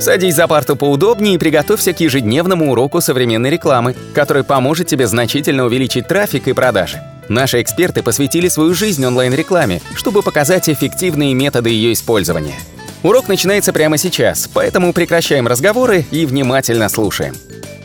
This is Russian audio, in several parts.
Садись за парту поудобнее и приготовься к ежедневному уроку современной рекламы, который поможет тебе значительно увеличить трафик и продажи. Наши эксперты посвятили свою жизнь онлайн-рекламе, чтобы показать эффективные методы ее использования. Урок начинается прямо сейчас, поэтому прекращаем разговоры и внимательно слушаем.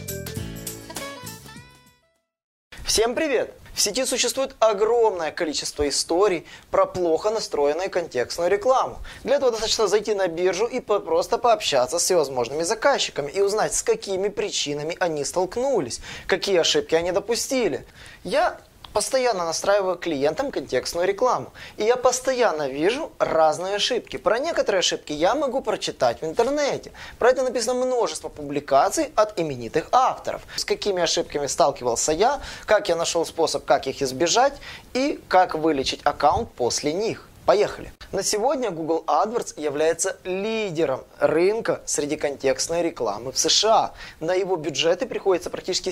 Всем привет! В сети существует огромное количество историй про плохо настроенную контекстную рекламу. Для этого достаточно зайти на биржу и просто пообщаться с всевозможными заказчиками и узнать, с какими причинами они столкнулись, какие ошибки они допустили. Я постоянно настраиваю клиентам контекстную рекламу, и я постоянно вижу разные ошибки. Про некоторые ошибки я могу прочитать в интернете. Про это написано множество публикаций от именитых авторов. С какими ошибками сталкивался я, как я нашел способ, как их избежать и как вылечить аккаунт после них. Поехали! На сегодня Google AdWords является лидером рынка среди контекстной рекламы в США. На его бюджеты приходится практически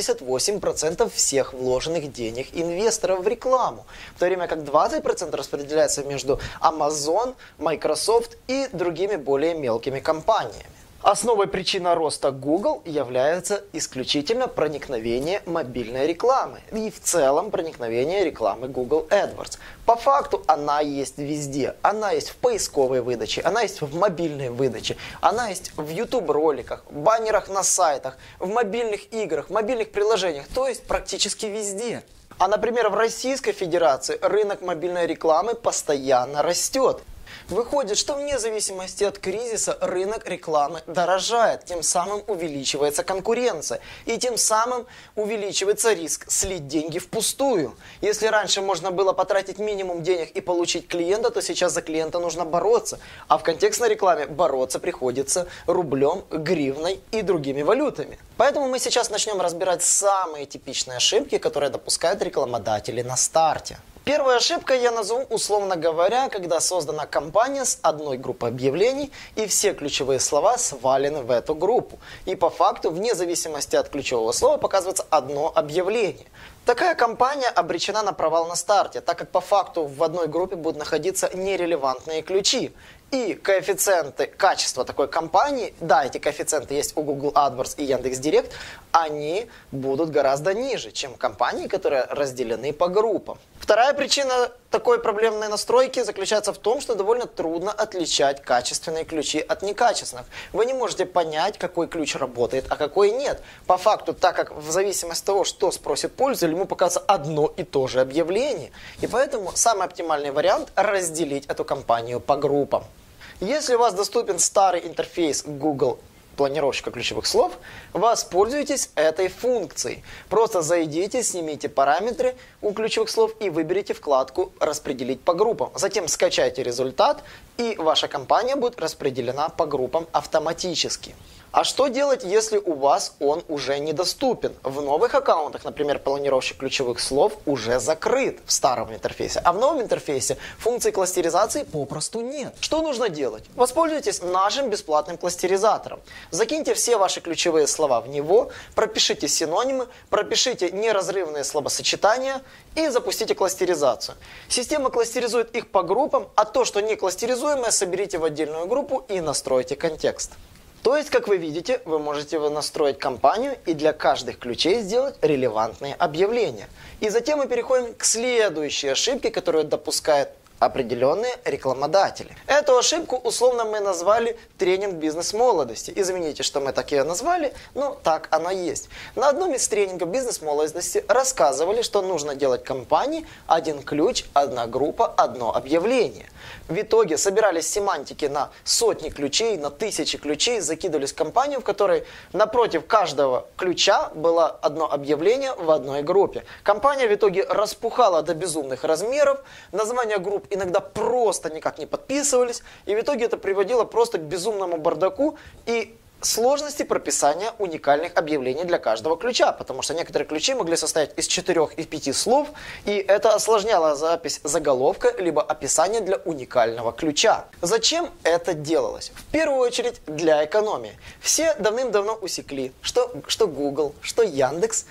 78% всех вложенных денег инвесторов в рекламу, в то время как 20% распределяется между Amazon, Microsoft и другими более мелкими компаниями. Основой причины роста Google является исключительно проникновение мобильной рекламы и в целом проникновение рекламы Google AdWords. По факту она есть везде. Она есть в поисковой выдаче, она есть в мобильной выдаче, она есть в YouTube роликах, в баннерах на сайтах, в мобильных играх, в мобильных приложениях, то есть практически везде. А, например, в Российской Федерации рынок мобильной рекламы постоянно растет. Выходит, что вне зависимости от кризиса рынок рекламы дорожает, тем самым увеличивается конкуренция и тем самым увеличивается риск слить деньги впустую. Если раньше можно было потратить минимум денег и получить клиента, то сейчас за клиента нужно бороться, а в контекстной рекламе бороться приходится рублем, гривной и другими валютами. Поэтому мы сейчас начнем разбирать самые типичные ошибки, которые допускают рекламодатели на старте. Первая ошибка я назову, условно говоря, когда создана кампания с одной группой объявлений и все ключевые слова свалены в эту группу. И по факту, вне зависимости от ключевого слова, показывается одно объявление. Такая кампания обречена на провал на старте, так как по факту в одной группе будут находиться нерелевантные ключи. И коэффициенты качества такой кампании, да, эти коэффициенты есть у Google AdWords и Яндекс.Директ, они будут гораздо ниже, чем компании, которые разделены по группам. Вторая причина такой проблемной настройки заключается в том, что довольно трудно отличать качественные ключи от некачественных. Вы не можете понять, какой ключ работает, а какой нет. По факту, так как в зависимости от того, что спросит пользователь, ему покажется одно и то же объявление. И поэтому самый оптимальный вариант – разделить эту кампанию по группам. Если у вас доступен старый интерфейс Google планировщика ключевых слов, воспользуйтесь этой функцией. Просто зайдите, снимите параметры у ключевых слов и выберите вкладку «Распределить по группам». Затем скачайте результат, и ваша компания будет распределена по группам автоматически. А что делать, если у вас он уже недоступен? В новых аккаунтах, например, планировщик ключевых слов уже закрыт в старом интерфейсе, а в новом интерфейсе функции кластеризации попросту нет. Что нужно делать? Воспользуйтесь нашим бесплатным кластеризатором. Закиньте все ваши ключевые слова в него, пропишите синонимы, пропишите неразрывные словосочетания и запустите кластеризацию. Система кластеризует их по группам, а то, что не кластеризуемое, соберите в отдельную группу и настройте контекст. То есть, как вы видите, вы можете настроить кампанию и для каждых ключей сделать релевантные объявления. И затем мы переходим к следующей ошибке, которую допускают определенные рекламодатели. Эту ошибку условно мы назвали тренинг бизнес-молодости. Извините, что мы так ее назвали, но так оно есть. На одном из тренингов бизнес-молодости рассказывали, что нужно делать кампании один ключ, одна группа, одно объявление. В итоге собирались семантики на сотни ключей, на тысячи ключей, закидывались в компанию, в которой напротив каждого ключа было одно объявление в одной группе. Компания в итоге распухала до безумных размеров, названия групп иногда просто никак не подписывались, и в итоге это приводило просто к безумному бардаку и сложности прописания уникальных объявлений для каждого ключа, потому что некоторые ключи могли состоять из 4 и 5 слов, и это осложняло запись заголовка либо описания для уникального ключа. Зачем это делалось? В первую очередь для экономии. Все давным-давно усекли, что Google, что Яндекс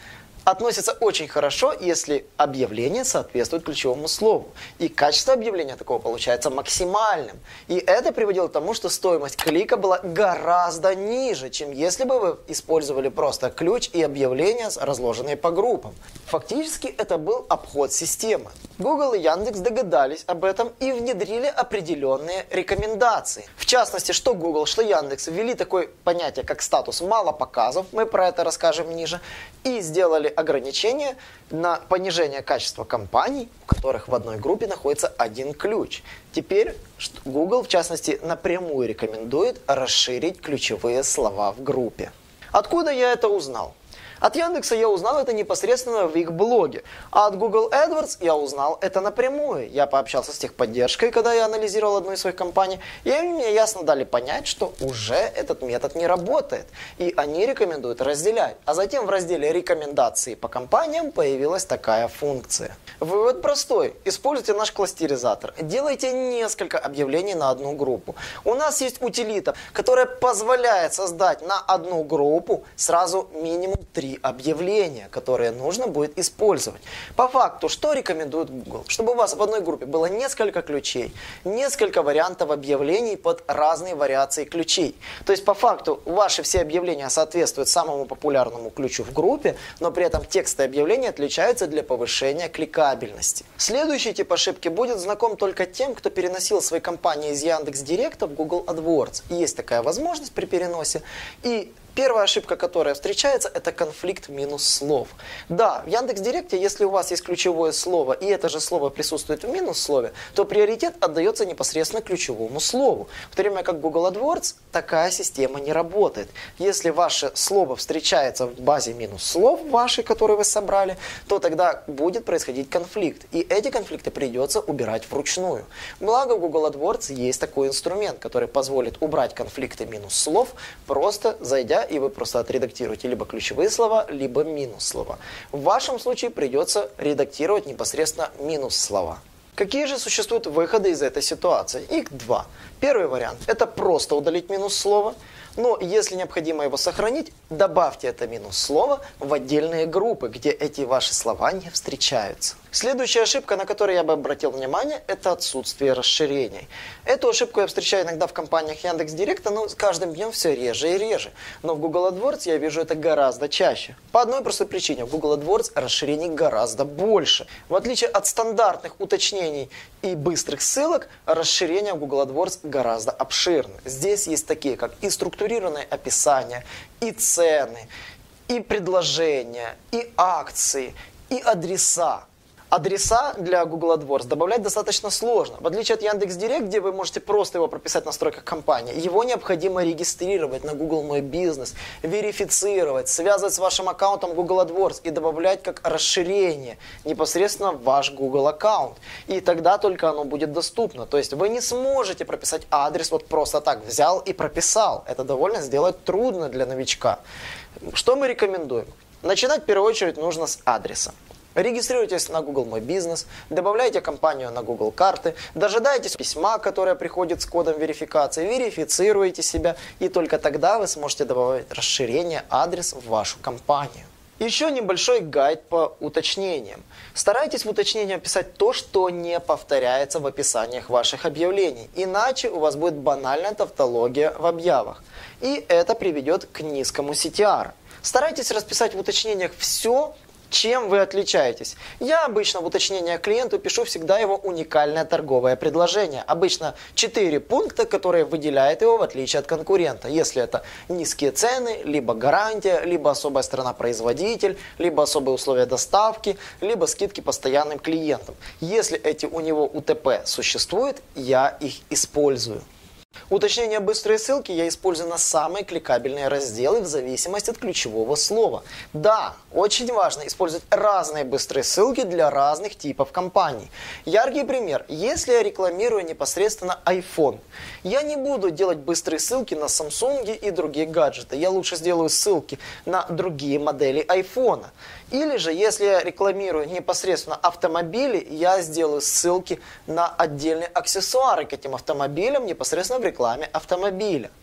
относится очень хорошо, если объявление соответствует ключевому слову. И качество объявления такого получается максимальным. И это приводило к тому, что стоимость клика была гораздо ниже, чем если бы вы использовали просто ключ и объявления, разложенные по группам. Фактически это был обход системы. Google и Яндекс догадались об этом и внедрили определенные рекомендации. В частности, что Google, что Яндекс ввели такое понятие, как статус мало показов, мы про это расскажем ниже, и сделали ограничения на понижение качества компаний, у которых в одной группе находится один ключ. Теперь Google, в частности, напрямую рекомендует расширить ключевые слова в группе. Откуда я это узнал? От Яндекса я узнал это непосредственно в их блоге, а от Google AdWords я узнал это напрямую. Я пообщался с техподдержкой, когда я анализировал одну из своих компаний, и они мне ясно дали понять, что уже этот метод не работает, и они рекомендуют разделять. А затем в разделе «Рекомендации по компаниям» появилась такая функция. Вывод простой. Используйте наш кластеризатор. Делайте несколько объявлений на одну группу. У нас есть утилита, которая позволяет создать на одну группу сразу минимум 3 объявления, которые нужно будет использовать. По факту, что рекомендует Google? Чтобы у вас в одной группе было несколько ключей, несколько вариантов объявлений под разные вариации ключей. То есть, по факту, ваши все объявления соответствуют самому популярному ключу в группе, но при этом тексты объявлений отличаются для повышения кликабельности. Следующий тип ошибки будет знаком только тем, кто переносил свои компании из Яндекс.Директа в Google AdWords. Есть такая возможность при переносе. И первая ошибка, которая встречается, это конфликт минус слов. Да, в Яндекс.Директе, если у вас есть ключевое слово, и это же слово присутствует в минус слове, то приоритет отдается непосредственно ключевому слову. В то время как в Google AdWords такая система не работает. Если ваше слово встречается в базе минус слов вашей, которые вы собрали, то тогда будет происходить конфликт. И эти конфликты придется убирать вручную. Благо в Google AdWords есть такой инструмент, который позволит убрать конфликты минус слов, просто зайдя, и вы просто отредактируете либо ключевые слова, либо минус слова. В вашем случае придется редактировать непосредственно минус слова. Какие же существуют выходы из этой ситуации? Их два. Первый вариант – это просто удалить минус слово. Но если необходимо его сохранить, добавьте это минус слово в отдельные группы, где эти ваши слова не встречаются. Следующая ошибка, на которую я бы обратил внимание, это отсутствие расширений. Эту ошибку я встречаю иногда в компаниях Яндекс.Директа, но с каждым днем все реже и реже. Но в Google AdWords я вижу это гораздо чаще. По одной простой причине. В Google AdWords расширений гораздо больше. В отличие от стандартных уточнений и быстрых ссылок, расширения в Google AdWords гораздо обширны. Здесь есть такие, как и структурированное описание, и цены, и предложения, и акции, и адреса. Адреса для Google AdWords добавлять достаточно сложно. В отличие от Яндекс.Директ, где вы можете просто его прописать в настройках компании, его необходимо регистрировать на Google Мой Бизнес, верифицировать, связывать с вашим аккаунтом Google AdWords и добавлять как расширение непосредственно в ваш Google аккаунт. И тогда только оно будет доступно. То есть вы не сможете прописать адрес вот просто так взял и прописал. Это довольно сделать трудно для новичка. Что мы рекомендуем? Начинать в первую очередь нужно с адреса. Регистрируйтесь на Google Мой Бизнес, добавляйте компанию на Google Карты, дожидайтесь письма, которое приходит с кодом верификации, верифицируйте себя, и только тогда вы сможете добавить расширение адрес в вашу компанию. Еще небольшой гайд по уточнениям. Старайтесь в уточнении писать то, что не повторяется в описаниях ваших объявлений, иначе у вас будет банальная тавтология в объявах, и это приведет к низкому CTR. Старайтесь расписать в уточнениях все, чем вы отличаетесь. Я обычно в уточнение клиенту пишу всегда его уникальное торговое предложение. Обычно 4 пункта, которые выделяют его в отличие от конкурента. Если это низкие цены, либо гарантия, либо особая страна-производитель, либо особые условия доставки, либо скидки постоянным клиентам. Если эти у него УТП существуют, я их использую. Уточнение быстрые ссылки я использую на самые кликабельные разделы в зависимости от ключевого слова. Да, очень важно использовать разные быстрые ссылки для разных типов компаний. Яркий пример. Если я рекламирую непосредственно iPhone, я не буду делать быстрые ссылки на Samsung и другие гаджеты. Я лучше сделаю ссылки на другие модели iPhone. Или же, если я рекламирую непосредственно автомобили, я сделаю ссылки на отдельные аксессуары к этим автомобилям непосредственно в рекламе автомобиля.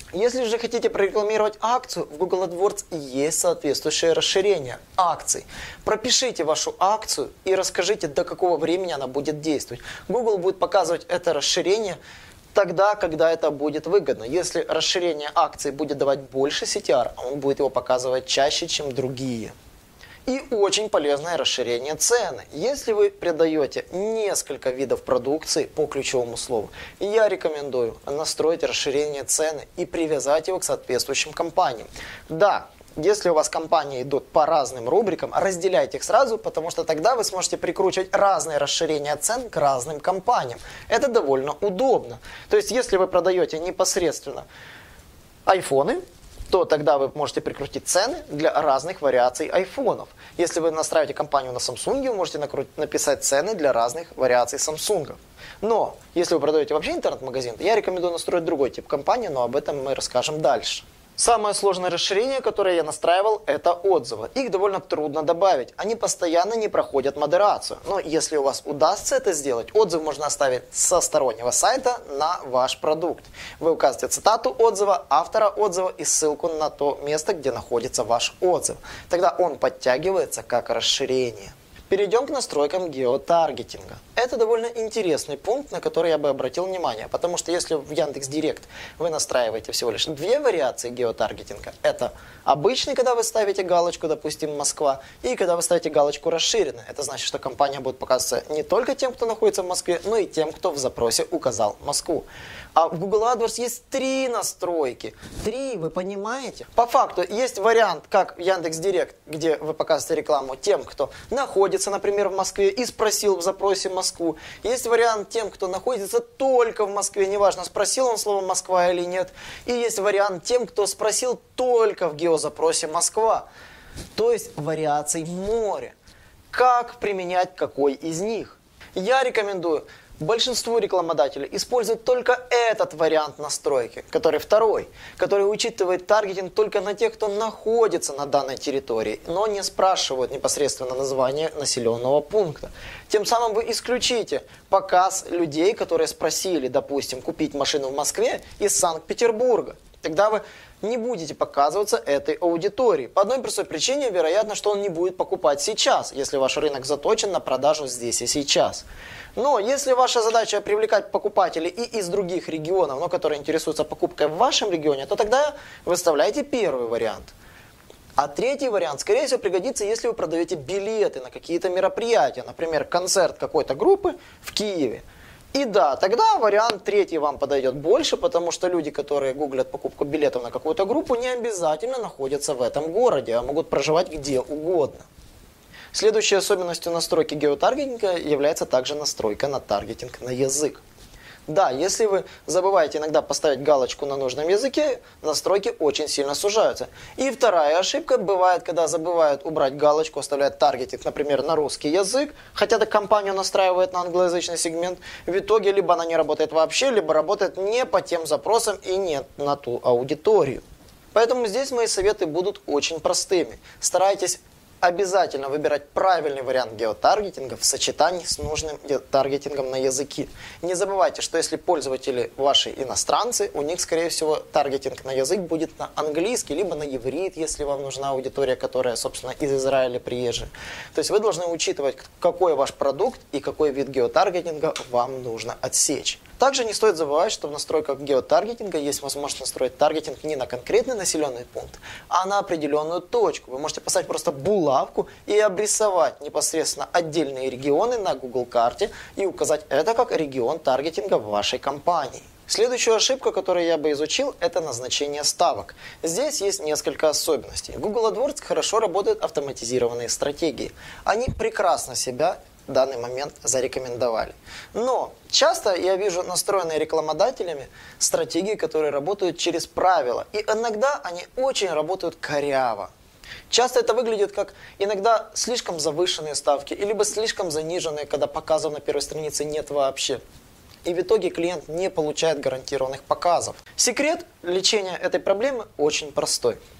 Если же хотите прорекламировать акцию, в Google AdWords есть соответствующее расширение акций. Пропишите вашу акцию и расскажите, до какого времени она будет действовать. Google будет показывать это расширение тогда, когда это будет выгодно. Если расширение акций будет давать больше CTR, он будет его показывать чаще, чем другие. И очень полезное расширение цены. Если вы продаете несколько видов продукции по ключевому слову, я рекомендую настроить расширение цены и привязать его к соответствующим компаниям. Да, если у вас компании идут по разным рубрикам, разделяйте их сразу, потому что тогда вы сможете прикручивать разные расширения цен к разным компаниям. Это довольно удобно. То есть, если вы продаете непосредственно айфоны, то тогда вы можете прикрутить цены для разных вариаций айфонов. Если вы настраиваете компанию на Samsung, вы можете написать цены для разных вариаций Samsung. Но если вы продаете вообще интернет-магазин, я рекомендую настроить другой тип компании, но об этом мы расскажем дальше. Самое сложное расширение, которое я настраивал, это отзывы. Их довольно трудно добавить. Они постоянно не проходят модерацию. Но если у вас удастся это сделать, отзыв можно оставить со стороннего сайта на ваш продукт. Вы указываете цитату отзыва, автора отзыва и ссылку на то место, где находится ваш отзыв. Тогда он подтягивается как расширение. Перейдем к настройкам геотаргетинга. Это довольно интересный пункт, на который я бы обратил внимание, потому что если в Яндекс.Директ вы настраиваете всего лишь две вариации геотаргетинга, это обычный, когда вы ставите галочку, допустим, Москва, и когда вы ставите галочку расширенная. Это значит, что компания будет показываться не только тем, кто находится в Москве, но и тем, кто в запросе указал Москву. А в Google AdWords есть 3 настройки. 3, вы понимаете? По факту есть вариант, как в Яндекс.Директ, где вы показываете рекламу тем, кто находится, например, в Москве и спросил в запросе Москву. Есть вариант тем, кто находится только в Москве, неважно, спросил он слово Москва или нет. И есть вариант тем, кто спросил только в геозапросе Москва. То есть вариаций море. Как применять какой из них? Я рекомендую большинству рекламодателей использовать только этот вариант настройки, который второй, который учитывает таргетинг только на тех, кто находится на данной территории, но не спрашивают непосредственно название населенного пункта. Тем самым вы исключите показ людей, которые спросили, допустим, купить машину в Москве из Санкт-Петербурга. Тогда вы не будете показываться этой аудитории. По одной простой причине, вероятно, что он не будет покупать сейчас, если ваш рынок заточен на продажу здесь и сейчас. Но если ваша задача привлекать покупателей и из других регионов, но которые интересуются покупкой в вашем регионе, то тогда выставляйте первый вариант. А третий вариант, скорее всего, пригодится, если вы продаете билеты на какие-то мероприятия, например, концерт какой-то группы в Киеве. И да, тогда вариант третий вам подойдет больше, потому что люди, которые гуглят покупку билетов на какую-то группу, не обязательно находятся в этом городе, а могут проживать где угодно. Следующей особенностью настройки геотаргетинга является также настройка на таргетинг на язык. Да, если вы забываете иногда поставить галочку на нужном языке, настройки очень сильно сужаются. И вторая ошибка бывает, когда забывают убрать галочку, оставляют таргетинг, например, на русский язык, хотя так компания настраивает на англоязычный сегмент, в итоге либо она не работает вообще, либо работает не по тем запросам и не на ту аудиторию. Поэтому здесь мои советы будут очень простыми. Старайтесь обязательно выбирать правильный вариант геотаргетинга в сочетании с нужным таргетингом на языке. Не забывайте, что если пользователи ваши иностранцы, у них, скорее всего, таргетинг на язык будет на английский, либо на иврит, если вам нужна аудитория, которая, собственно, из Израиля приезжая. То есть вы должны учитывать, какой ваш продукт и какой вид геотаргетинга вам нужно отсечь. Также не стоит забывать, что в настройках геотаргетинга есть возможность настроить таргетинг не на конкретный населенный пункт, а на определенную точку. Вы можете поставить просто булавку и обрисовать непосредственно отдельные регионы на Google карте и указать это как регион таргетинга в вашей компании. Следующую ошибку, которую я бы изучил, это назначение ставок. Здесь есть несколько особенностей. В Google AdWords хорошо работают автоматизированные стратегии. Они прекрасно себя в данный момент зарекомендовали. Но часто я вижу настроенные рекламодателями стратегии, которые работают через правила. И иногда они очень работают коряво. Часто это выглядит как иногда слишком завышенные ставки, либо слишком заниженные, когда показов на первой странице нет вообще. И в итоге клиент не получает гарантированных показов. Секрет лечения этой проблемы очень простой.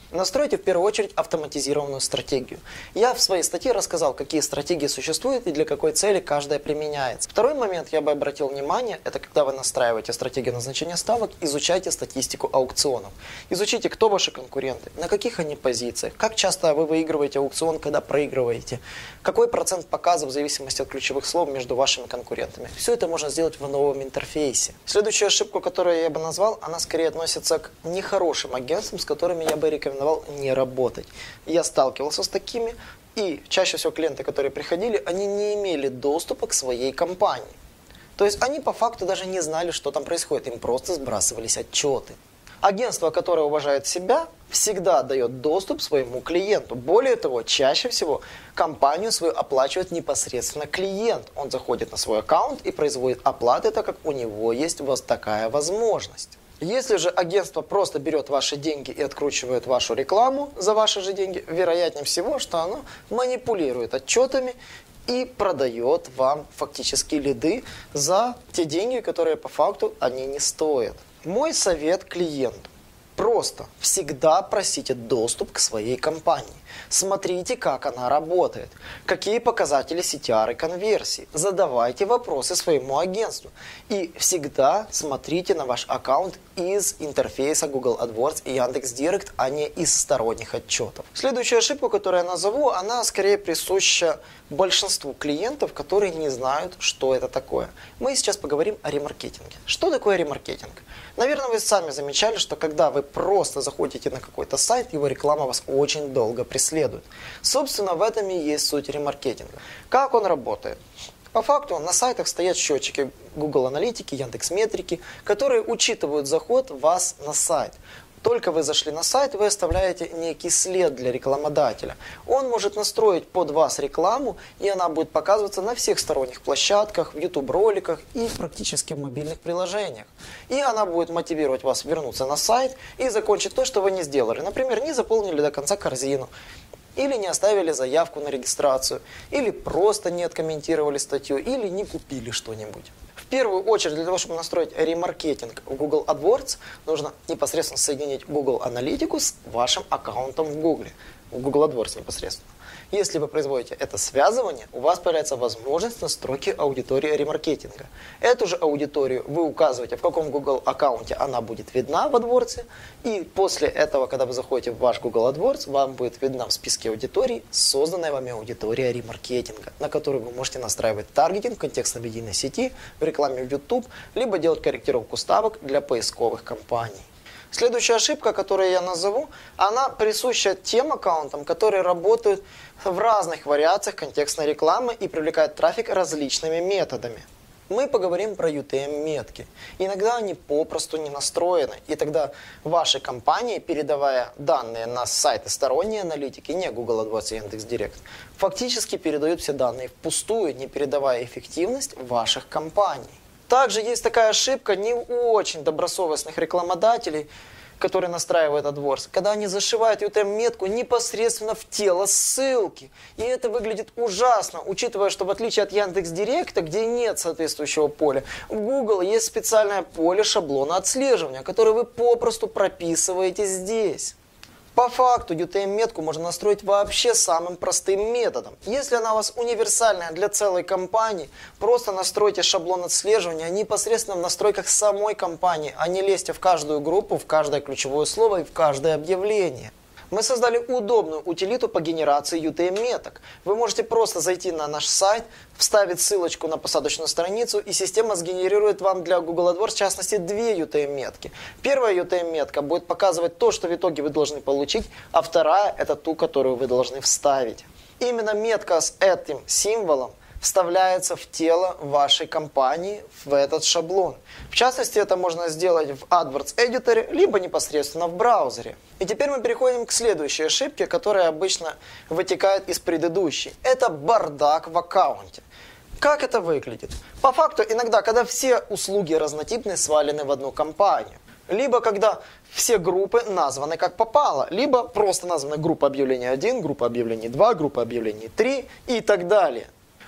Настройте в первую очередь автоматизированную стратегию. Я в своей статье рассказал, какие стратегии существуют и для какой цели каждая применяется. Второй момент я бы обратил внимание, это когда вы настраиваете стратегию назначения ставок, изучайте статистику аукционов. Изучите, кто ваши конкуренты, на каких они позициях, как часто вы выигрываете аукцион, когда проигрываете, какой процент показов в зависимости от ключевых слов между вашими конкурентами. Все это можно сделать в новом интерфейсе. Следующую ошибку, которую я бы назвал, она скорее относится к нехорошим агентствам, с которыми я бы рекомендовал не работать. Я сталкивался с такими, и чаще всего клиенты, которые приходили, они не имели доступа к своей компании. То есть они по факту даже не знали, что там происходит, им просто сбрасывались отчеты. Агентство, которое уважает себя, всегда дает доступ своему клиенту. Более того, чаще всего компанию свою оплачивает непосредственно клиент. Он заходит на свой аккаунт и производит оплаты, так как у него есть вот такая возможность. Если же агентство просто берет ваши деньги и откручивает вашу рекламу за ваши же деньги, вероятнее всего, что оно манипулирует отчетами и продает вам фактически лиды за те деньги, которые по факту они не стоят. Мой совет клиенту. Просто всегда просите доступ к своей компании. Смотрите, как она работает, какие показатели CTR и конверсии. Задавайте вопросы своему агентству. И всегда смотрите на ваш аккаунт из интерфейса Google AdWords и Яндекс.Директ, а не из сторонних отчетов. Следующая ошибка, которую я назову, она скорее присуща большинству клиентов, которые не знают, что это такое. Мы сейчас поговорим о ремаркетинге. Что такое ремаркетинг? Наверное, вы сами замечали, что когда вы просто заходите на какой-то сайт, его реклама вас очень долго преследует. Собственно, в этом и есть суть ремаркетинга. Как он работает? По факту на сайтах стоят счетчики Google Аналитики, Яндекс.Метрики, которые учитывают заход вас на сайт. Только вы зашли на сайт, вы оставляете некий след для рекламодателя. Он может настроить под вас рекламу, и она будет показываться на всех сторонних площадках, в YouTube-роликах и практически в мобильных приложениях. И она будет мотивировать вас вернуться на сайт и закончить то, что вы не сделали. Например, не заполнили до конца корзину, или не оставили заявку на регистрацию, или просто не откомментировали статью, или не купили что-нибудь. В первую очередь, для того, чтобы настроить ремаркетинг в Google AdWords, нужно непосредственно соединить Google Аналитику с вашим аккаунтом в Google AdWords непосредственно. Если вы производите это связывание, у вас появляется возможность настройки аудитории ремаркетинга. Эту же аудиторию вы указываете, в каком Google аккаунте она будет видна в AdWords, и после этого, когда вы заходите в ваш Google AdWords, вам будет видна в списке аудиторий созданная вами аудитория ремаркетинга, на которую вы можете настраивать таргетинг в контекстно-медийной сети, в рекламе в YouTube, либо делать корректировку ставок для поисковых кампаний. Следующая ошибка, которую я назову, она присуща тем аккаунтам, которые работают в разных вариациях контекстной рекламы и привлекают трафик различными методами. Мы поговорим про UTM-метки. Иногда они попросту не настроены, и тогда ваши компании, передавая данные на сайты сторонней аналитики, не Google AdWords и Яндекс.Директ, фактически передают все данные впустую, не передавая эффективность ваших компаний. Также есть такая ошибка не очень добросовестных рекламодателей, которые настраивают AdWords, когда они зашивают UTM-метку непосредственно в тело ссылки. И это выглядит ужасно, учитывая, что в отличие от Яндекс.Директа, где нет соответствующего поля, в Google есть специальное поле шаблона отслеживания, которое вы попросту прописываете здесь. По факту UTM-метку можно настроить вообще самым простым методом. Если она у вас универсальная для целой компании, просто настройте шаблон отслеживания непосредственно в настройках самой компании, а не лезьте в каждую группу, в каждое ключевое слово и в каждое объявление. Мы создали удобную утилиту по генерации UTM-меток. Вы можете просто зайти на наш сайт, вставить ссылочку на посадочную страницу, и система сгенерирует вам для Google AdWords, в частности, две UTM-метки. Первая UTM-метка будет показывать то, что в итоге вы должны получить, а вторая – это ту, которую вы должны вставить. Именно метка с этим символом вставляется в тело вашей компании, в этот шаблон. В частности, это можно сделать в AdWords Editor, либо непосредственно в браузере. И теперь мы переходим к следующей ошибке, которая обычно вытекает из предыдущей. Это бардак в аккаунте. Как это выглядит? По факту, иногда, когда все услуги разнотипные свалены в одну компанию. Либо когда все группы названы как попало, либо просто названа группа объявлений 1, группа объявлений 2, группа объявлений 3 и так далее.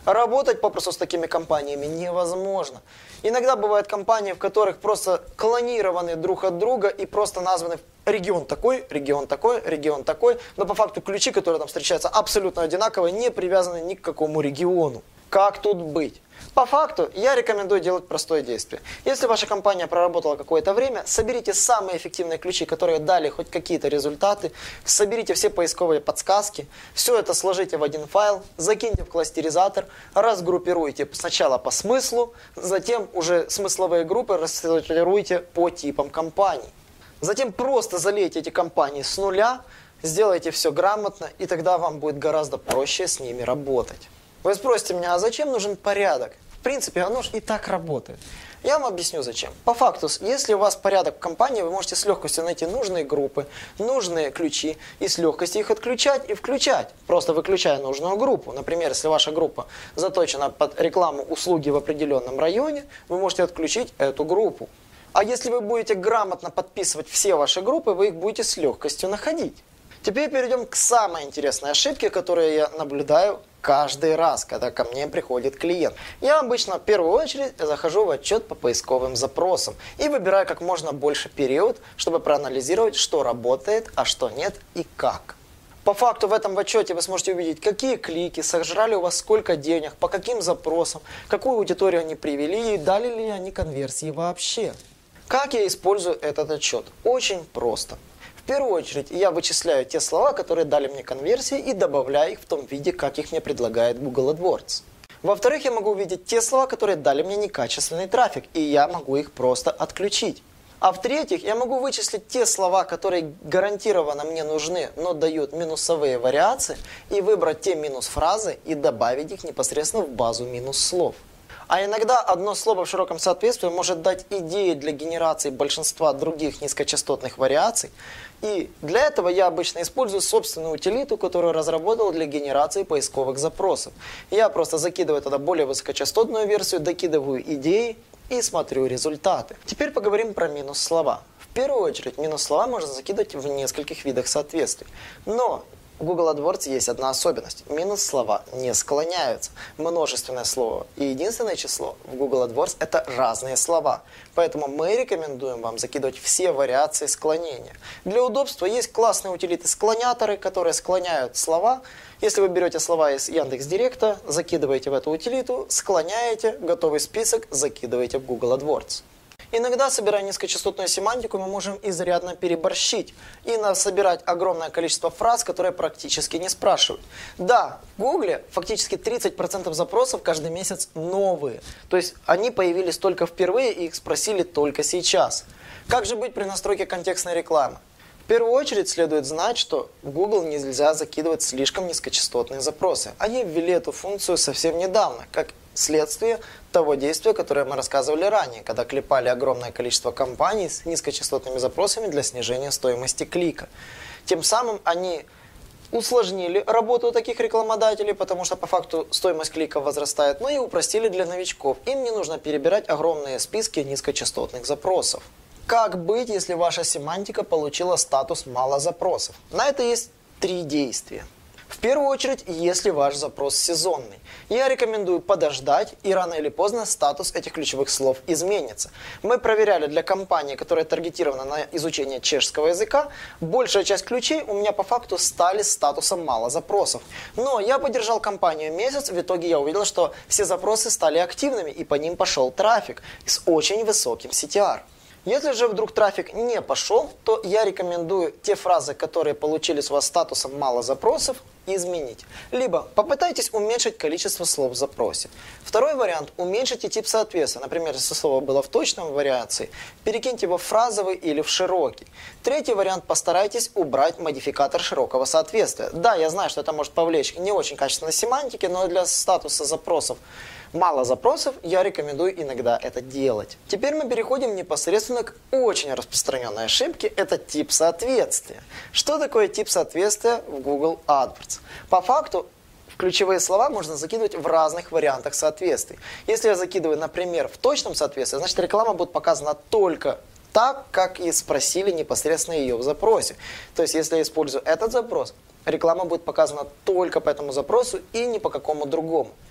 Работать попросту с такими компаниями невозможно. Иногда бывают компании, в которых просто клонированы друг от друга и просто названы регион такой, регион такой, регион такой, но по факту ключи, которые там встречаются, абсолютно одинаковые, не привязаны ни к какому региону. Как тут быть? По факту я рекомендую делать простое действие. Если ваша компания проработала какое-то время, соберите самые эффективные ключи, которые дали хоть какие-то результаты, соберите все поисковые подсказки, все это сложите в один файл, закиньте в кластеризатор, разгруппируйте сначала по смыслу, затем уже смысловые группы рассортируйте по типам компаний. Затем просто залейте эти компании с нуля, сделайте все грамотно, и тогда вам будет гораздо проще с ними работать. Вы спросите меня, а зачем нужен порядок? В принципе, оно же и так работает. Я вам объясню зачем. По факту, если у вас порядок в компании, вы можете с легкостью найти нужные группы, нужные ключи и с легкостью их отключать и включать, просто выключая нужную группу. Например, если ваша группа заточена под рекламу услуги в определенном районе, вы можете отключить эту группу. А если вы будете грамотно подписывать все ваши группы, вы их будете с легкостью находить. Теперь перейдем к самой интересной ошибке, которую я наблюдаю каждый раз, когда ко мне приходит клиент. Я обычно в первую очередь захожу в отчет по поисковым запросам и выбираю как можно больше период, чтобы проанализировать, что работает, а что нет и как. По факту в этом отчете вы сможете увидеть, какие клики, сожрали у вас сколько денег, по каким запросам, какую аудиторию они привели и дали ли они конверсии вообще. Как я использую этот отчет? Очень просто. В первую очередь я вычисляю те слова, которые дали мне конверсии, и добавляю их в том виде, как их мне предлагает Google AdWords. Во-вторых, я могу увидеть те слова, которые дали мне некачественный трафик, и я могу их просто отключить. А в-третьих, я могу вычислить те слова, которые гарантированно мне нужны, но дают минусовые вариации, и выбрать те минус-фразы и добавить их непосредственно в базу минус-слов. А иногда одно слово в широком соответствии может дать идеи для генерации большинства других низкочастотных вариаций. И для этого я обычно использую собственную утилиту, которую разработал для генерации поисковых запросов. Я просто закидываю туда более высокочастотную версию, докидываю идеи и смотрю результаты. Теперь поговорим про минус-слова. В первую очередь, минус-слова можно закидывать в нескольких видах соответствий. Но в Google AdWords есть одна особенность. Минус-слова не склоняются. Множественное слово и единственное число в Google AdWords – это разные слова. Поэтому мы рекомендуем вам закидывать все вариации склонения. Для удобства есть классные утилиты-склоняторы, которые склоняют слова. Если вы берете слова из Яндекс.Директа, закидываете в эту утилиту, склоняете, готовый список закидываете в Google AdWords. Иногда, собирая низкочастотную семантику, мы можем изрядно переборщить и собирать огромное количество фраз, которые практически не спрашивают. Да, в Гугле фактически 30% запросов каждый месяц новые. То есть они появились только впервые и их спросили только сейчас. Как же быть при настройке контекстной рекламы? В первую очередь следует знать, что в Google нельзя закидывать слишком низкочастотные запросы. Они ввели эту функцию совсем недавно, как следствие того действия, которое мы рассказывали ранее, когда клепали огромное количество компаний с низкочастотными запросами для снижения стоимости клика. Тем самым они усложнили работу таких рекламодателей, потому что по факту стоимость клика возрастает, но и упростили для новичков. Им не нужно перебирать огромные списки низкочастотных запросов. Как быть, если ваша семантика получила статус «мало запросов»? На это есть 3 действия. В первую очередь, если ваш запрос сезонный. Я рекомендую подождать, и рано или поздно статус этих ключевых слов изменится. Мы проверяли для компании, которая таргетирована на изучение чешского языка, большая часть ключей у меня по факту стали статусом «мало запросов». Но я поддержал компанию месяц, в итоге я увидел, что все запросы стали активными, и по ним пошел трафик с очень высоким CTR. Если же вдруг трафик не пошел, то я рекомендую те фразы, которые получили с вас статусом «мало запросов», изменить. Либо попытайтесь уменьшить количество слов в запросе. Второй вариант – уменьшите тип соответствия. Например, если слово было в точном вариации, перекиньте его в фразовый или в широкий. Третий вариант – постарайтесь убрать модификатор широкого соответствия. Да, я знаю, что это может повлечь не очень качественной семантики, но для статуса запросов «мало запросов» я рекомендую иногда это делать. Теперь мы переходим непосредственно к очень распространенной ошибке – это тип соответствия. Что такое тип соответствия в Google AdWords? По факту, ключевые слова можно закидывать в разных вариантах соответствий. Если я закидываю, например, в точном соответствии, значит реклама будет показана только так, как и спросили непосредственно ее в запросе. То есть, если я использую этот запрос, реклама будет показана только по этому запросу и ни по какому другому.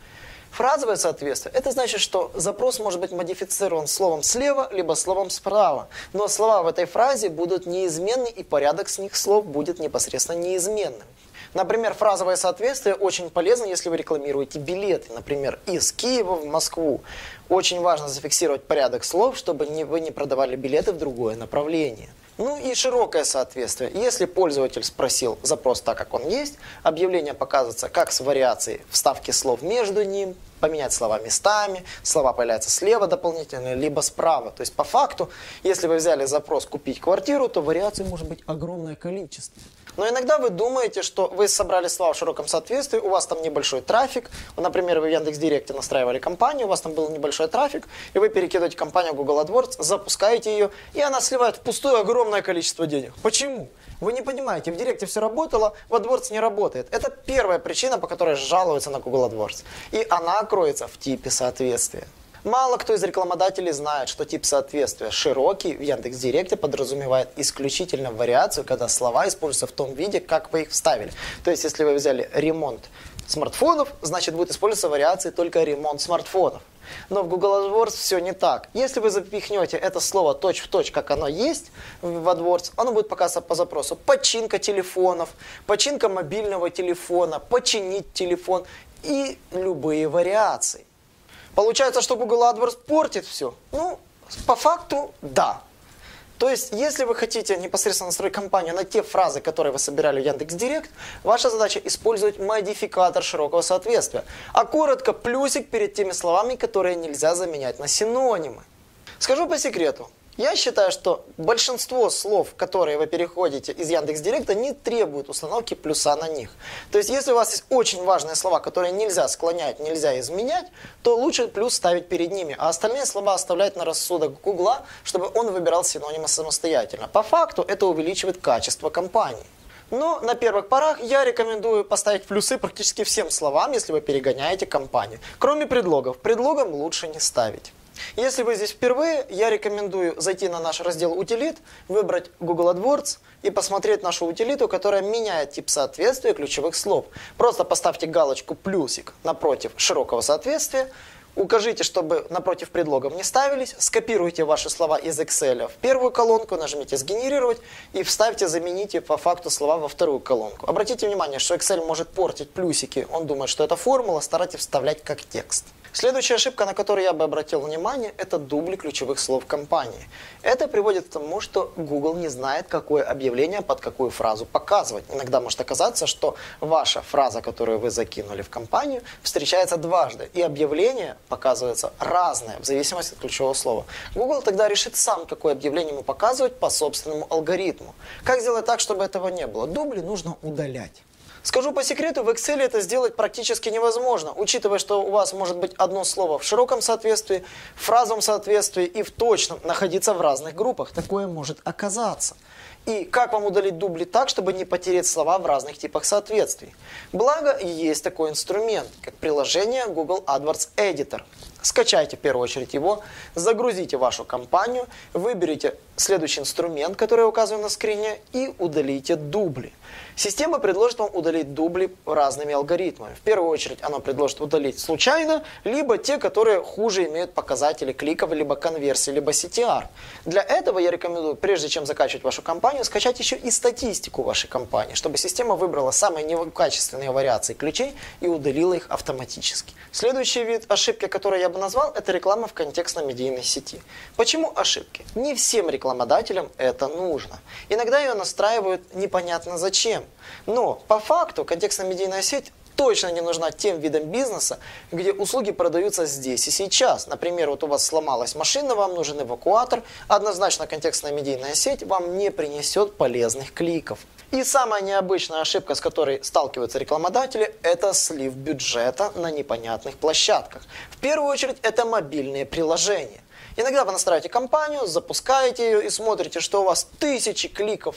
Фразовое соответствие – это значит, что запрос может быть модифицирован словом слева, либо словом справа. Но слова в этой фразе будут неизменны, и порядок с них слов будет непосредственно неизменным. Например, фразовое соответствие очень полезно, если вы рекламируете билеты, например, из Киева в Москву. Очень важно зафиксировать порядок слов, чтобы вы не продавали билеты в другое направление. Ну и широкое соответствие. Если пользователь спросил запрос так, как он есть, объявление показывается как с вариацией вставки слов между ним, поменять слова местами, слова появляются слева дополнительно, либо справа. То есть по факту, если вы взяли запрос «купить квартиру», то вариаций может быть огромное количество. Но иногда вы думаете, что вы собрали слова в широком соответствии, у вас там небольшой трафик. Например, вы в Яндекс.Директе настраивали компанию, у вас там был небольшой трафик, и вы перекидываете компанию в Google AdWords, запускаете ее, и она сливает впустую огромное количество денег. Почему? Вы не понимаете, в Директе все работало, в AdWords не работает. Это первая причина, по которой жалуются на Google AdWords. И она кроется в типе соответствия. Мало кто из рекламодателей знает, что тип соответствия широкий в Яндекс.Директе подразумевает исключительно вариацию, когда слова используются в том виде, как вы их вставили. То есть, если вы взяли ремонт смартфонов, значит будет использоваться вариации только ремонт смартфонов. Но в Google AdWords все не так. Если вы запихнете это слово точь-в-точь, как оно есть в AdWords, оно будет показываться по запросу починка телефонов, починка мобильного телефона, починить телефон и любые вариации. Получается, что Google AdWords портит все? Ну, по факту, да. То есть, если вы хотите непосредственно настроить кампанию на те фразы, которые вы собирали в Яндекс.Директ, ваша задача использовать модификатор широкого соответствия. А коротко, плюсик перед теми словами, которые нельзя заменять на синонимы. Скажу по секрету. Я считаю, что большинство слов, которые вы переходите из Яндекс.Директа, не требуют установки плюса на них. То есть, если у вас есть очень важные слова, которые нельзя склонять, нельзя изменять, то лучше плюс ставить перед ними, а остальные слова оставлять на рассудок Гугла, чтобы он выбирал синонимы самостоятельно. По факту это увеличивает качество кампании. Но на первых порах я рекомендую поставить плюсы практически всем словам, если вы перегоняете кампанию. Кроме предлогов. Предлогам лучше не ставить. Если вы здесь впервые, я рекомендую зайти на наш раздел «Утилит», выбрать Google AdWords и посмотреть нашу утилиту, которая меняет тип соответствия ключевых слов. Просто поставьте галочку «плюсик» напротив широкого соответствия, укажите, чтобы напротив предлогов не ставились, скопируйте ваши слова из Excel в первую колонку, нажмите «Сгенерировать» и вставьте, замените по факту слова во вторую колонку. Обратите внимание, что Excel может портить плюсики, он думает, что это формула, старайтесь вставлять как текст. Следующая ошибка, на которую я бы обратил внимание, это дубли ключевых слов компании. Это приводит к тому, что Google не знает, какое объявление под какую фразу показывать. Иногда может оказаться, что ваша фраза, которую вы закинули в компанию, встречается дважды, и объявление показывается разное, в зависимости от ключевого слова. Google тогда решит сам, какое объявление ему показывать по собственному алгоритму. Как сделать так, чтобы этого не было? Дубли нужно удалять. Скажу по секрету, в Excel это сделать практически невозможно, учитывая, что у вас может быть одно слово в широком соответствии, в фразовом соответствии и в точном находиться в разных группах. Такое может оказаться. И как вам удалить дубли так, чтобы не потерять слова в разных типах соответствий? Благо, есть такой инструмент, как приложение Google AdWords Editor. Скачайте в первую очередь его, загрузите вашу кампанию, выберите следующий инструмент, который я указываю на скрине, и удалите дубли. Система предложит вам удалить дубли разными алгоритмами. В первую очередь она предложит удалить случайно, либо те, которые хуже имеют показатели кликов, либо конверсии, либо CTR. Для этого я рекомендую, прежде чем закачивать вашу кампанию, скачать еще и статистику вашей кампании, чтобы система выбрала самые некачественные вариации ключей и удалила их автоматически. Следующий вид ошибки, который я бы назвал, это реклама в контекстно-медийной сети. Почему ошибки? Не всем рекламодателям это нужно. Иногда ее настраивают непонятно зачем. Но по факту контекстно-медийная сеть точно не нужна тем видам бизнеса, где услуги продаются здесь и сейчас. Например, вот у вас сломалась машина, вам нужен эвакуатор. Однозначно контекстная медийная сеть вам не принесет полезных кликов. И самая необычная ошибка, с которой сталкиваются рекламодатели, это слив бюджета на непонятных площадках. В первую очередь это мобильные приложения. Иногда вы настраиваете кампанию, запускаете ее и смотрите, что у вас тысячи кликов,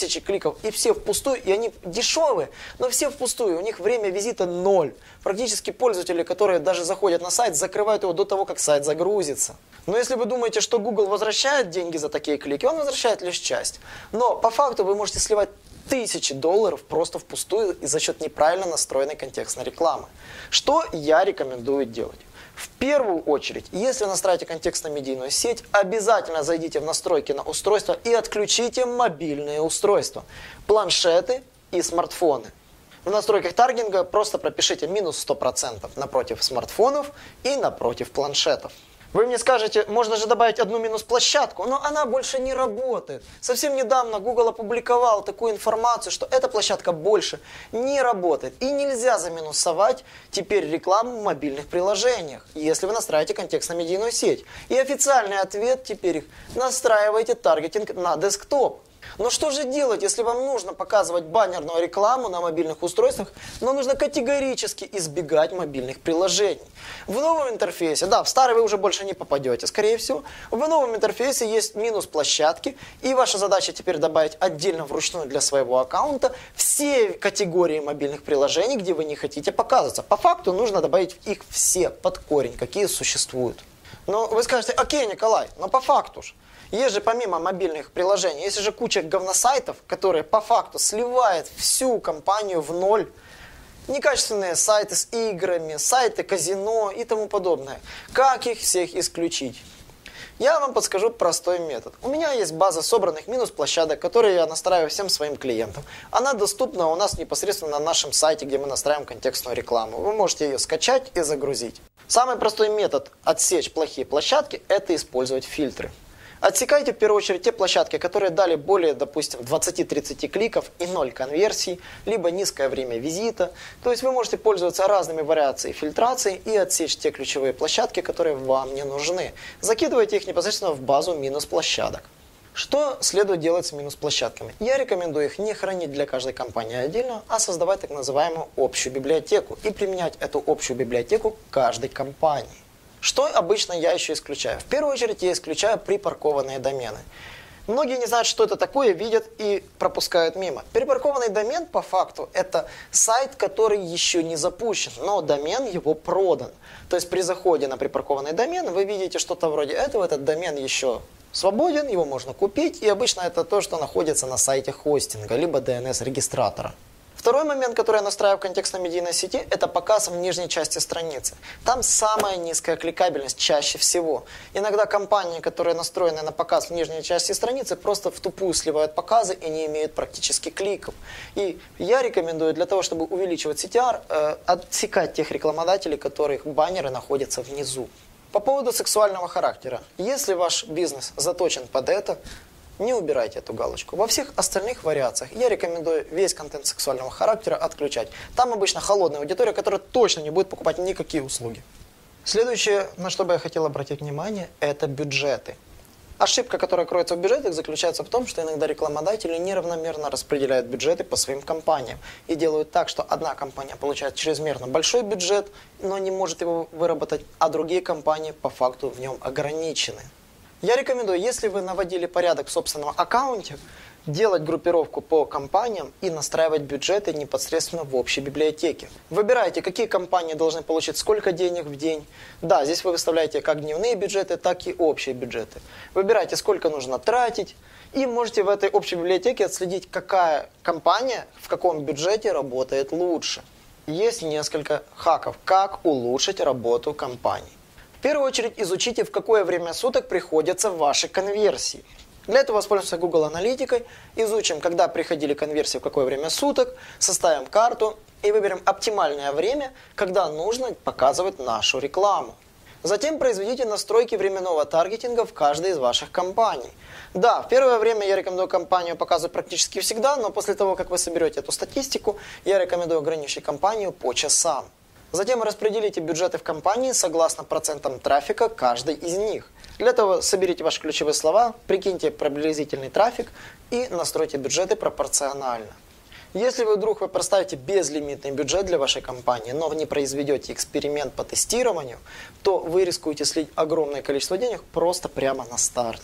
и все впустую, и они дешевые, но все впустую, у них время визита 0. Практически пользователи, которые даже заходят на сайт, закрывают его до того, как сайт загрузится. Но если вы думаете, что Google возвращает деньги за такие клики, он возвращает лишь часть. Но по факту вы можете сливать тысячи долларов просто впустую и за счет неправильно настроенной контекстной рекламы. Что я рекомендую делать? В первую очередь, если настраиваете контекстно-медийную сеть, обязательно зайдите в настройки на устройство и отключите мобильные устройства, планшеты и смартфоны. В настройках таргетинга просто пропишите минус 100% напротив смартфонов и напротив планшетов. Вы мне скажете, можно же добавить одну минус-площадку, но она больше не работает. Совсем недавно Google опубликовал такую информацию, что эта площадка больше не работает. И нельзя заминусовать теперь рекламу в мобильных приложениях, если вы настраиваете контекстно-медийную сеть. И официальный ответ теперь – настраивайте таргетинг на десктоп. Но что же делать, если вам нужно показывать баннерную рекламу на мобильных устройствах, но нужно категорически избегать мобильных приложений? В новом интерфейсе, да, в старый вы уже больше не попадете, скорее всего, в новом интерфейсе есть минус площадки, и ваша задача теперь добавить отдельно вручную для своего аккаунта все категории мобильных приложений, где вы не хотите показываться. По факту нужно добавить их все под корень, какие существуют. Но вы скажете, окей, Николай, но по факту же. Есть же помимо мобильных приложений, есть же куча говносайтов, которые по факту сливают всю компанию в ноль. Некачественные сайты с играми, сайты казино и тому подобное. Как их всех исключить? Я вам подскажу простой метод. У меня есть база собранных минус-площадок, которые я настраиваю всем своим клиентам. Она доступна у нас непосредственно на нашем сайте, где мы настраиваем контекстную рекламу. Вы можете ее скачать и загрузить. Самый простой метод отсечь плохие площадки – это использовать фильтры. Отсекайте в первую очередь те площадки, которые дали более, допустим, 20-30 кликов и 0 конверсий, либо низкое время визита. То есть вы можете пользоваться разными вариациями фильтрации и отсечь те ключевые площадки, которые вам не нужны. Закидывайте их непосредственно в базу минус-площадок. Что следует делать с минус-площадками? Я рекомендую их не хранить для каждой компании отдельно, а создавать так называемую общую библиотеку и применять эту общую библиотеку к каждой компании. Что обычно я еще исключаю? В первую очередь я исключаю припаркованные домены. Многие не знают, что это такое, видят и пропускают мимо. Припаркованный домен по факту это сайт, который еще не запущен, но домен его продан. То есть при заходе на припаркованный домен вы видите что-то вроде этого, этот домен еще свободен, его можно купить, и обычно это то, что находится на сайте хостинга, либо DNS-регистратора. Второй момент, который я настраиваю в контекстно-медийной сети, это показ в нижней части страницы. Там самая низкая кликабельность чаще всего. Иногда компании, которые настроены на показ в нижней части страницы, просто в тупую сливают показы и не имеют практически кликов. И я рекомендую для того, чтобы увеличивать CTR, отсекать тех рекламодателей, которых баннеры находятся внизу. По поводу сексуального характера. Если ваш бизнес заточен под это, не убирайте эту галочку. Во всех остальных вариациях я рекомендую весь контент сексуального характера отключать. Там обычно холодная аудитория, которая точно не будет покупать никакие услуги. Следующее, на что бы я хотел обратить внимание, это бюджеты. Ошибка, которая кроется в бюджетах, заключается в том, что иногда рекламодатели неравномерно распределяют бюджеты по своим компаниям и делают так, что одна компания получает чрезмерно большой бюджет, но не может его выработать, а другие компании по факту в нем ограничены. Я рекомендую, если вы наводили порядок в собственном аккаунте, делать группировку по компаниям и настраивать бюджеты непосредственно в общей библиотеке. Выбирайте, какие компании должны получить сколько денег в день. Да, здесь вы выставляете как дневные бюджеты, так и общие бюджеты. Выбирайте, сколько нужно тратить. И можете в этой общей библиотеке отследить, какая компания в каком бюджете работает лучше. Есть несколько хаков, как улучшить работу компании. В первую очередь изучите, в какое время суток приходятся ваши конверсии. Для этого воспользуемся Google Аналитикой, изучим, когда приходили конверсии, в какое время суток, составим карту и выберем оптимальное время, когда нужно показывать нашу рекламу. Затем произведите настройки временного таргетинга в каждой из ваших компаний. Да, в первое время я рекомендую компанию показывать практически всегда, но после того, как вы соберете эту статистику, я рекомендую ограничить компанию по часам. Затем распределите бюджеты в компании согласно процентам трафика каждой из них. Для этого соберите ваши ключевые слова, прикиньте приблизительный трафик и настройте бюджеты пропорционально. Если вы вдруг проставите безлимитный бюджет для вашей компании, но не произведете эксперимент по тестированию, то вы рискуете слить огромное количество денег просто прямо на старте.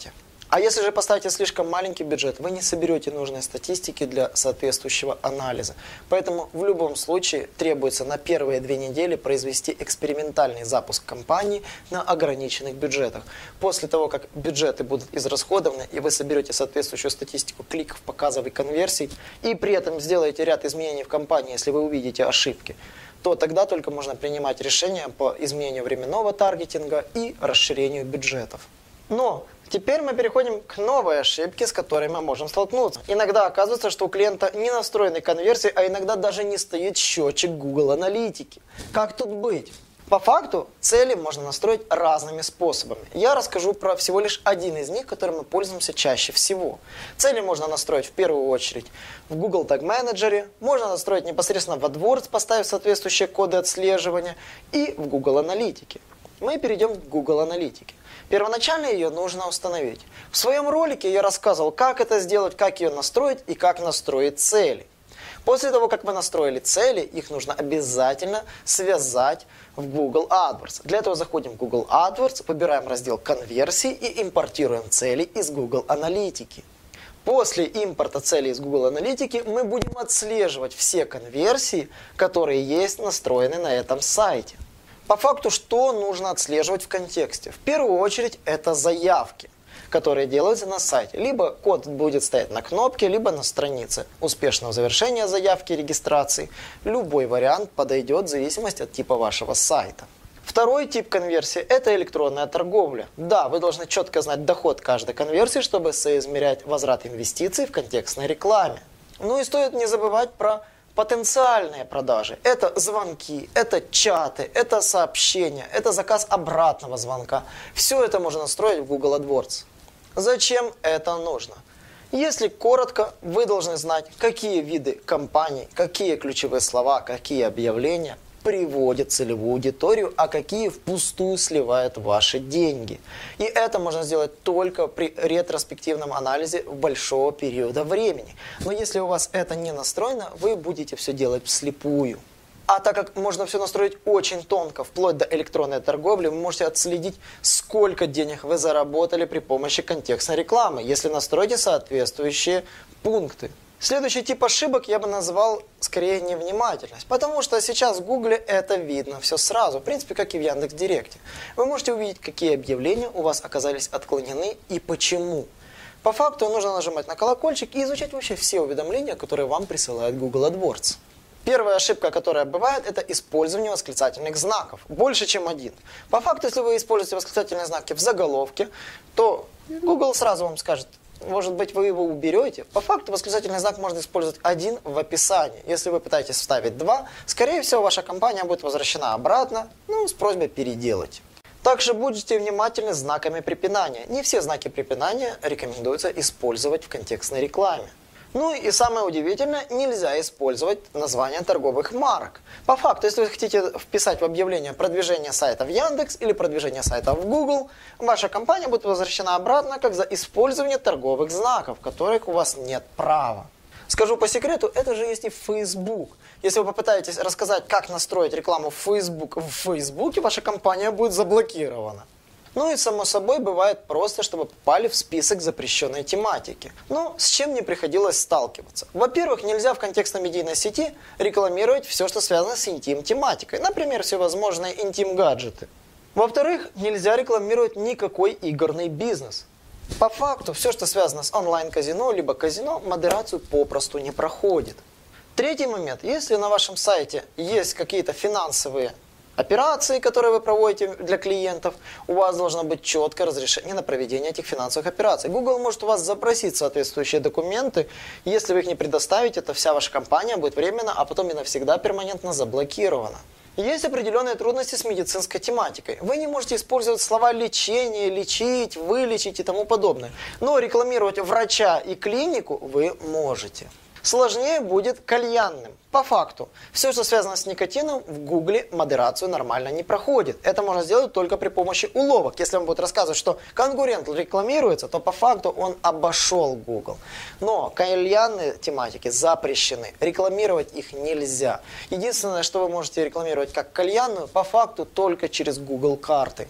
А если же поставите слишком маленький бюджет, вы не соберете нужной статистики для соответствующего анализа. Поэтому в любом случае требуется на первые 2 недели произвести экспериментальный запуск кампании на ограниченных бюджетах. После того, как бюджеты будут израсходованы и вы соберете соответствующую статистику кликов, показов и конверсий, и при этом сделаете ряд изменений в кампании, если вы увидите ошибки, то тогда только можно принимать решения по изменению временного таргетинга и расширению бюджетов. Но теперь мы переходим к новой ошибке, с которой мы можем столкнуться. Иногда оказывается, что у клиента не настроены конверсии, а иногда даже не стоит счетчик Google Аналитики. Как тут быть? По факту цели можно настроить разными способами. Я расскажу про всего лишь один из них, которым мы пользуемся чаще всего. Цели можно настроить в первую очередь в Google Tag Manager, можно настроить непосредственно в AdWords, поставив соответствующие коды отслеживания, и в Google Аналитике. Мы перейдем к Google Аналитике. Первоначально ее нужно установить. В своем ролике я рассказывал, как это сделать, как ее настроить и как настроить цели. После того, как вы настроили цели, их нужно обязательно связать в Google AdWords. Для этого заходим в Google AdWords, выбираем раздел «Конверсии» и импортируем цели из Google Аналитики. После импорта целей из Google Аналитики мы будем отслеживать все конверсии, которые есть настроены на этом сайте. По факту, что нужно отслеживать в контексте? В первую очередь, это заявки, которые делаются на сайте. Либо код будет стоять на кнопке, либо на странице успешного завершения заявки и регистрации. Любой вариант подойдет в зависимости от типа вашего сайта. Второй тип конверсии – это электронная торговля. Да, вы должны четко знать доход каждой конверсии, чтобы соизмерять возврат инвестиций в контекстной рекламе. Ну и стоит не забывать про потенциальные продажи. Это звонки, это чаты, это сообщения, это заказ обратного звонка. Все это можно настроить в Google AdWords. Зачем это нужно? Если коротко, вы должны знать, какие виды компаний, какие ключевые слова, какие объявления приводят целевую аудиторию, а какие впустую сливают ваши деньги. И это можно сделать только при ретроспективном анализе большого периода времени. Но если у вас это не настроено, вы будете все делать вслепую. А так как можно все настроить очень тонко, вплоть до электронной торговли, вы можете отследить, сколько денег вы заработали при помощи контекстной рекламы, если настроите соответствующие пункты. Следующий тип ошибок я бы назвал скорее невнимательность, потому что сейчас в Гугле это видно все сразу, в принципе, как и в Яндекс.Директе. Вы можете увидеть, какие объявления у вас оказались отклонены и почему. По факту нужно нажимать на колокольчик и изучать вообще все уведомления, которые вам присылает Google AdWords. Первая ошибка, которая бывает, это использование восклицательных знаков. Больше, чем один. По факту, если вы используете восклицательные знаки в заголовке, то Google сразу вам скажет: может быть, вы его уберете. По факту восклицательный знак можно использовать один в описании. Если вы пытаетесь вставить 2, скорее всего, ваша компания будет возвращена обратно, с просьбой переделать. Также будьте внимательны с знаками препинания. Не все знаки препинания рекомендуется использовать в контекстной рекламе. Ну и самое удивительное, нельзя использовать названия торговых марок. По факту, если вы хотите вписать в объявление продвижение сайта в Яндекс или продвижение сайта в Google, ваша компания будет возвращена обратно как за использование торговых знаков, которых у вас нет права. Скажу по секрету, это же есть и в Facebook. Если вы попытаетесь рассказать, как настроить рекламу в Фейсбуке, ваша компания будет заблокирована. Ну и само собой бывает просто, чтобы попали в список запрещенной тематики. Но с чем мне приходилось сталкиваться? Во-первых, нельзя в контекстно-медийной сети рекламировать все, что связано с интим-тематикой. Например, всевозможные интим-гаджеты. Во-вторых, нельзя рекламировать никакой игорный бизнес. По факту, все, что связано с онлайн-казино, либо казино, модерацию попросту не проходит. Третий момент. Если на вашем сайте есть какие-то финансовые операции, которые вы проводите для клиентов, у вас должно быть четкое разрешение на проведение этих финансовых операций. Google может у вас запросить соответствующие документы. Если вы их не предоставите, то вся ваша компания будет временно, а потом и навсегда перманентно заблокирована. Есть определенные трудности с медицинской тематикой. Вы не можете использовать слова лечение, лечить, вылечить и тому подобное. Но рекламировать врача и клинику вы можете. Сложнее будет кальянным. По факту, все, что связано с никотином, в Гугле модерацию нормально не проходит. Это можно сделать только при помощи уловок. Если вам будет рассказывать, что конкурент рекламируется, то по факту он обошел Google. Но кальянные тематики запрещены. Рекламировать их нельзя. Единственное, что вы можете рекламировать как кальянную, по факту только через Google карты.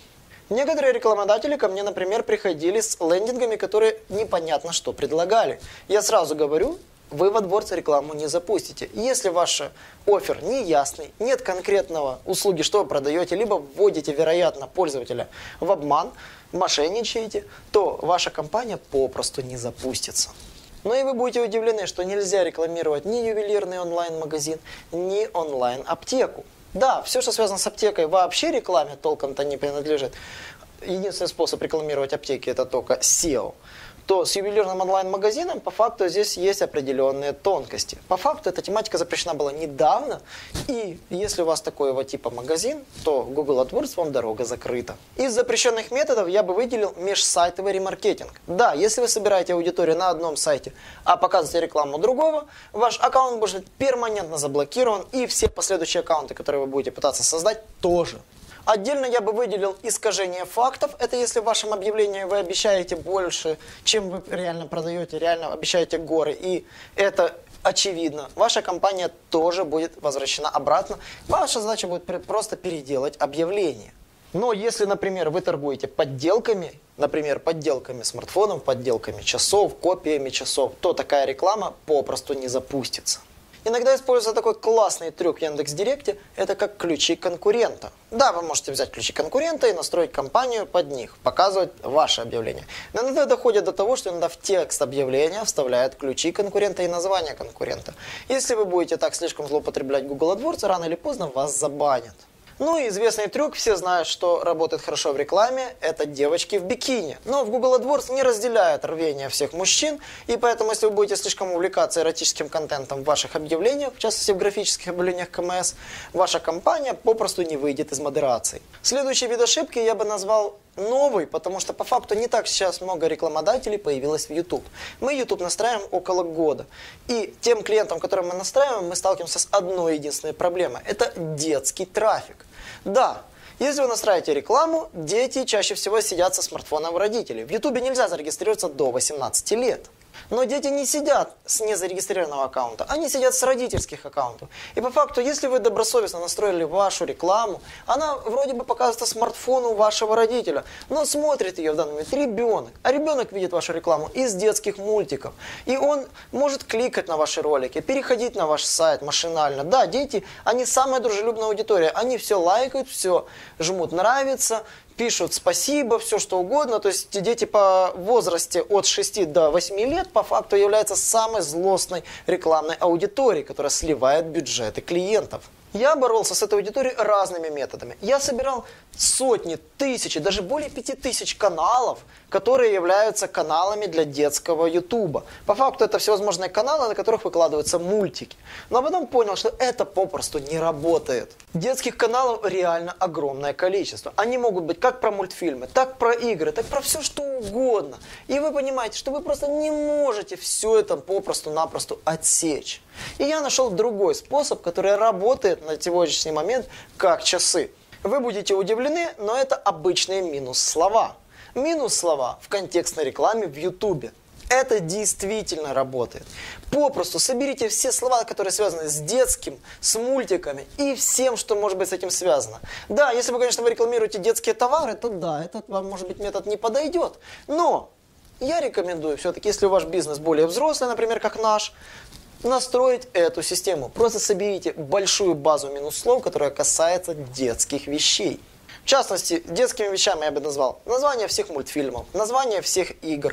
Некоторые рекламодатели ко мне, например, приходили с лендингами, которые непонятно что предлагали. Я сразу говорю, вы в AdWords рекламу не запустите. Если ваш оффер не ясный, нет конкретного услуги, что вы продаете, либо вводите, вероятно, пользователя в обман, мошенничаете, то ваша компания попросту не запустится. Но и вы будете удивлены, что нельзя рекламировать ни ювелирный онлайн-магазин, ни онлайн-аптеку. Да, все, что связано с аптекой, вообще рекламе толком-то не принадлежит. Единственный способ рекламировать аптеки – это только SEO. То с ювелирным онлайн-магазином по факту здесь есть определенные тонкости. По факту эта тематика запрещена была недавно, и если у вас такой вот типа магазин, то Google AdWords вам дорога закрыта. Из запрещенных методов я бы выделил межсайтовый ремаркетинг. Да, если вы собираете аудиторию на одном сайте, а показываете рекламу другого, ваш аккаунт будет перманентно заблокирован, и все последующие аккаунты, которые вы будете пытаться создать, тоже. Отдельно я бы выделил искажение фактов. Это если в вашем объявлении вы обещаете больше, чем вы реально продаете, реально обещаете горы. И это очевидно. Ваша компания тоже будет возвращена обратно. Ваша задача будет просто переделать объявление. Но если, например, вы торгуете подделками, например, подделками смартфонов, подделками часов, копиями часов, то такая реклама попросту не запустится. Иногда используется такой классный трюк в Яндекс.Директе, это как ключи конкурента. Да, вы можете взять ключи конкурента и настроить кампанию под них, показывать ваше объявление. Но иногда доходит до того, что иногда в текст объявления вставляют ключи конкурента и название конкурента. Если вы будете так слишком злоупотреблять Google AdWords, рано или поздно вас забанят. Ну и известный трюк, все знают, что работает хорошо в рекламе, это девочки в бикини. Но в Google AdWords не разделяют рвение всех мужчин, и поэтому, если вы будете слишком увлекаться эротическим контентом в ваших объявлениях, в частности в графических объявлениях КМС, ваша компания попросту не выйдет из модерации. Следующий вид ошибки я бы назвал новый, потому что по факту не так сейчас много рекламодателей появилось в YouTube. Мы YouTube настраиваем около года. И тем клиентам, которым мы настраиваем, мы сталкиваемся с одной единственной проблемой. Это детский трафик. Да, если вы настраиваете рекламу, дети чаще всего сидят со смартфоном родителей. В YouTube нельзя зарегистрироваться до 18 лет. Но дети не сидят с незарегистрированного аккаунта, они сидят с родительских аккаунтов. И по факту, если вы добросовестно настроили вашу рекламу, она вроде бы показывается смартфону вашего родителя, но смотрит ее в данный момент ребенок. А ребенок видит вашу рекламу из детских мультиков. И он может кликать на ваши ролики, переходить на ваш сайт машинально. Да, дети, они самая дружелюбная аудитория, они все лайкают, все жмут нравится, пишут спасибо, все что угодно. То есть дети по возрасте от 6 до 8 лет по факту являются самой злостной рекламной аудиторией, которая сливает бюджеты клиентов. Я боролся с этой аудиторией разными методами. Я собирал сотни, тысячи, даже более 5000 каналов, которые являются каналами для детского ютуба. По факту это всевозможные каналы, на которых выкладываются мультики. Но потом понял, что это попросту не работает. Детских каналов реально огромное количество. Они могут быть как про мультфильмы, так про игры, так про все что угодно. И вы понимаете, что вы просто не можете все это попросту-напросто отсечь. И я нашел другой способ, который работает на сегодняшний момент как часы. Вы будете удивлены, но это обычные минус-слова. Минус-слова в контекстной рекламе в YouTube. Это действительно работает. Попросту соберите все слова, которые связаны с детским, с мультиками и всем, что может быть с этим связано. Да, если вы, конечно, вы рекламируете детские товары, то да, этот вам, может быть, метод не подойдет. Но я рекомендую все-таки, если ваш бизнес более взрослый, например, как наш, настроить эту систему. Просто соберите большую базу минус-слов, которая касается детских вещей. В частности, детскими вещами я бы назвал название всех мультфильмов, название всех игр,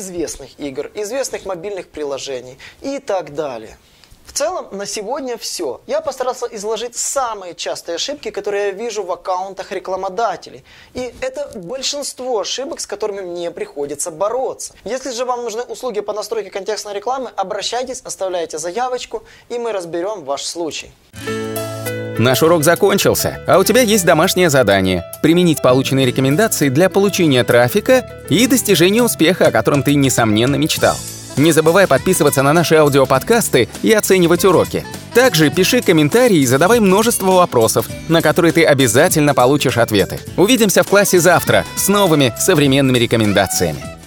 известных мобильных приложений и так далее. В целом, на сегодня все. Я постарался изложить самые частые ошибки, которые я вижу в аккаунтах рекламодателей. И это большинство ошибок, с которыми мне приходится бороться. Если же вам нужны услуги по настройке контекстной рекламы, обращайтесь, оставляйте заявочку, и мы разберем ваш случай. Наш урок закончился, а у тебя есть домашнее задание – применить полученные рекомендации для получения трафика и достижения успеха, о котором ты, несомненно, мечтал. Не забывай подписываться на наши аудиоподкасты и оценивать уроки. Также пиши комментарии и задавай множество вопросов, на которые ты обязательно получишь ответы. Увидимся в классе завтра с новыми современными рекомендациями.